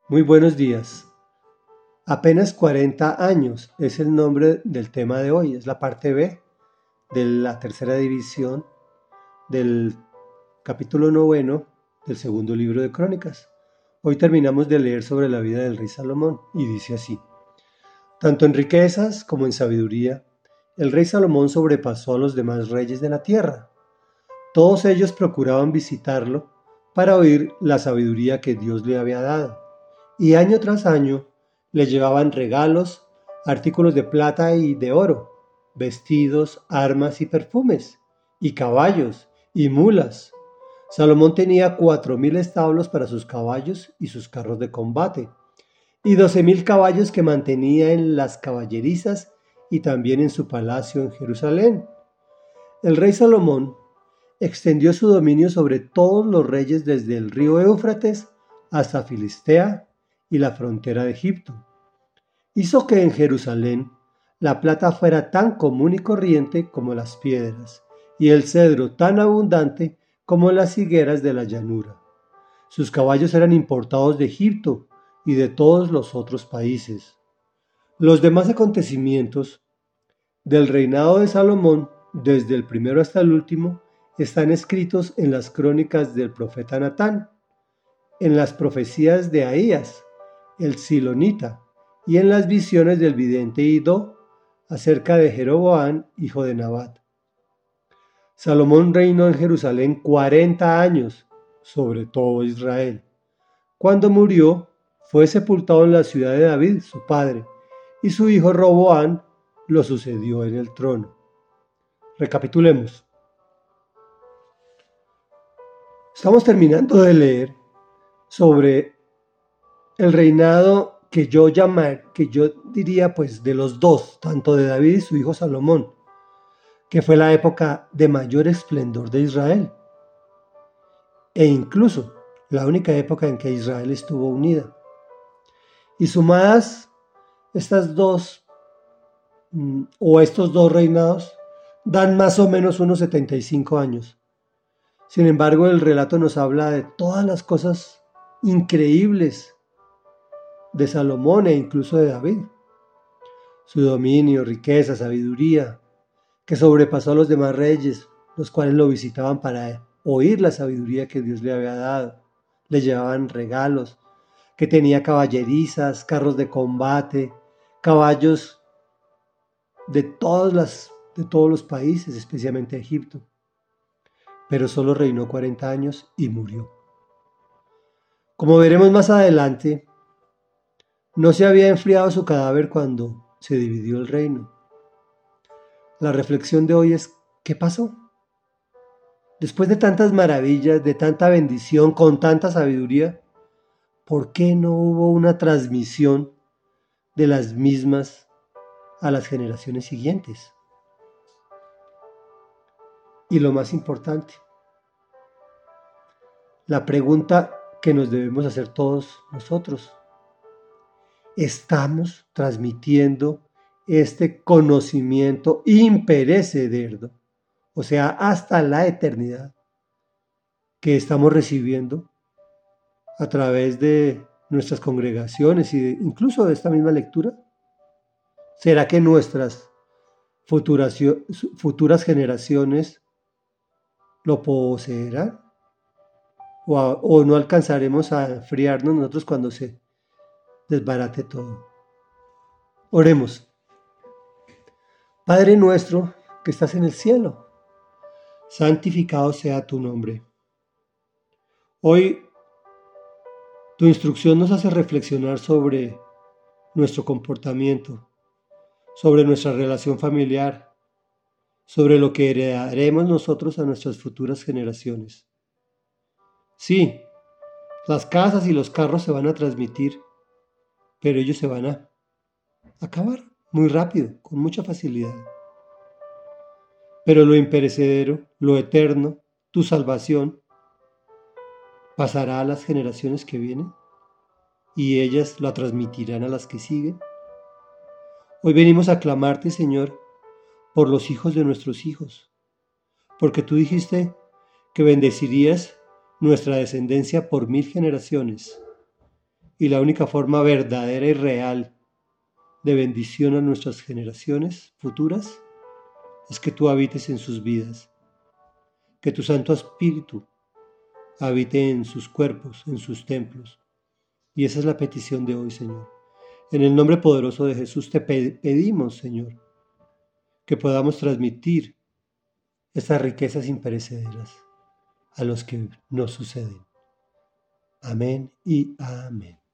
Muy buenos días. Apenas 40 años es el nombre del tema de hoy. Es la parte B de la tercera división del capítulo noveno del segundo libro de Crónicas. Hoy terminamos de leer sobre la vida del rey Salomón y dice así. Tanto en riquezas como en sabiduría, el rey Salomón sobrepasó a los demás reyes de la tierra. Todos ellos procuraban visitarlo para oír la sabiduría que Dios le había dado. Y año tras año le llevaban regalos, artículos de plata y de oro, vestidos, armas y perfumes, y caballos y mulas. Salomón tenía 4.000 establos para sus caballos y sus carros de combate, y 12.000 caballos que mantenía en las caballerizas y también en su palacio en Jerusalén. El rey Salomón extendió su dominio sobre todos los reyes desde el río Éufrates hasta Filistea y la frontera de Egipto. Hizo que en Jerusalén la plata fuera tan común y corriente como las piedras, y el cedro tan abundante como las higueras de la llanura. Sus caballos eran importados de Egipto y de todos los otros países. Los demás acontecimientos del reinado de Salomón, desde el primero hasta el último, están escritos en las crónicas del profeta Natán, en las profecías de Ahías, el Silonita, y en las visiones del vidente Idó acerca de Jeroboam, hijo de Nabat. Salomón reinó en Jerusalén 40 años sobre todo Israel. Cuando murió, fue sepultado en la ciudad de David, su padre, y su hijo Roboam lo sucedió en el trono. Recapitulemos. Estamos terminando de leer sobre el reinado que yo diría pues de los dos, tanto de David y su hijo Salomón, que fue la época de mayor esplendor de Israel, e incluso la única época en que Israel estuvo unida. Y sumadas estas dos, o estos dos reinados, dan más o menos unos 75 años. Sin embargo, el relato nos habla de todas las cosas increíbles de Salomón e incluso de David. Su dominio, riqueza, sabiduría, que sobrepasó a los demás reyes, los cuales lo visitaban para oír la sabiduría que Dios le había dado. Le llevaban regalos, que tenía caballerizas, carros de combate, caballos de todos los países, especialmente Egipto. Pero solo reinó 40 años y murió. Como veremos más adelante, no se había enfriado su cadáver cuando se dividió el reino. La reflexión de hoy es, ¿qué pasó? Después de tantas maravillas, de tanta bendición, con tanta sabiduría, ¿por qué no hubo una transmisión de las mismas a las generaciones siguientes? Y lo más importante, la pregunta que nos debemos hacer todos nosotros, ¿estamos transmitiendo este conocimiento imperecedero, o sea, hasta la eternidad, que estamos recibiendo a través de nuestras congregaciones y incluso de esta misma lectura? ¿Será que nuestras futuras generaciones lo poseerán? ¿O no alcanzaremos a enfriarnos nosotros cuando se desbarate todo? Oremos. Padre nuestro que estás en el cielo, santificado sea tu nombre. Hoy tu instrucción nos hace reflexionar sobre nuestro comportamiento, sobre nuestra relación familiar, sobre lo que heredaremos nosotros a nuestras futuras generaciones. Sí, las casas y los carros se van a transmitir, pero ellos se van a acabar muy rápido, con mucha facilidad. Pero lo imperecedero, lo eterno, tu salvación, pasará a las generaciones que vienen y ellas la transmitirán a las que siguen. Hoy venimos a clamarte, Señor, por los hijos de nuestros hijos, porque tú dijiste que bendecirías nuestra descendencia por 1000 generaciones. y la única forma verdadera y real de bendición a nuestras generaciones futuras es que tú habites en sus vidas, que tu Santo Espíritu habite en sus cuerpos, en sus templos. Y esa es la petición de hoy, Señor. En el nombre poderoso de Jesús te pedimos, Señor, que podamos transmitir estas riquezas imperecederas a los que nos suceden. Amén y amén.